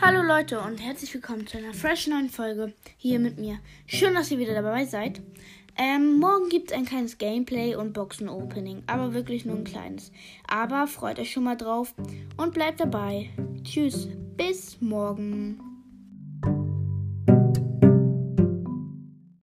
Hallo Leute und herzlich willkommen zu einer fresh neuen Folge hier mit mir. Schön, dass ihr wieder dabei seid. Morgen gibt es ein kleines Gameplay und Boxen-Opening, aber wirklich nur ein kleines. Aber freut euch schon mal drauf und bleibt dabei. Tschüss, bis morgen.